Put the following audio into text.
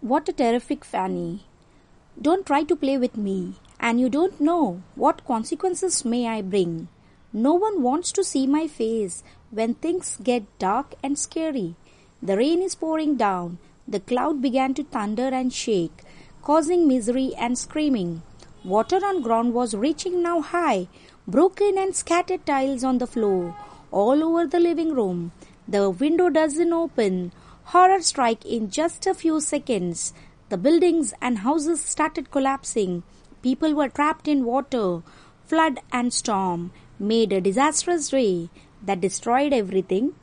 What a terrific Fanny. Don't try to play with me, and you don't know what consequences may I bring. No one wants to see my face when things get dark and scary. The rain is pouring down. The cloud began to thunder and shake, causing misery and screaming. Water on ground was reaching now high, broken and scattered tiles on the floor, all over the living room. The window doesn't open. Horror strike in just a few seconds. The buildings and houses started collapsing. People were trapped in water. Flood and storm made a disastrous ray that destroyed everything.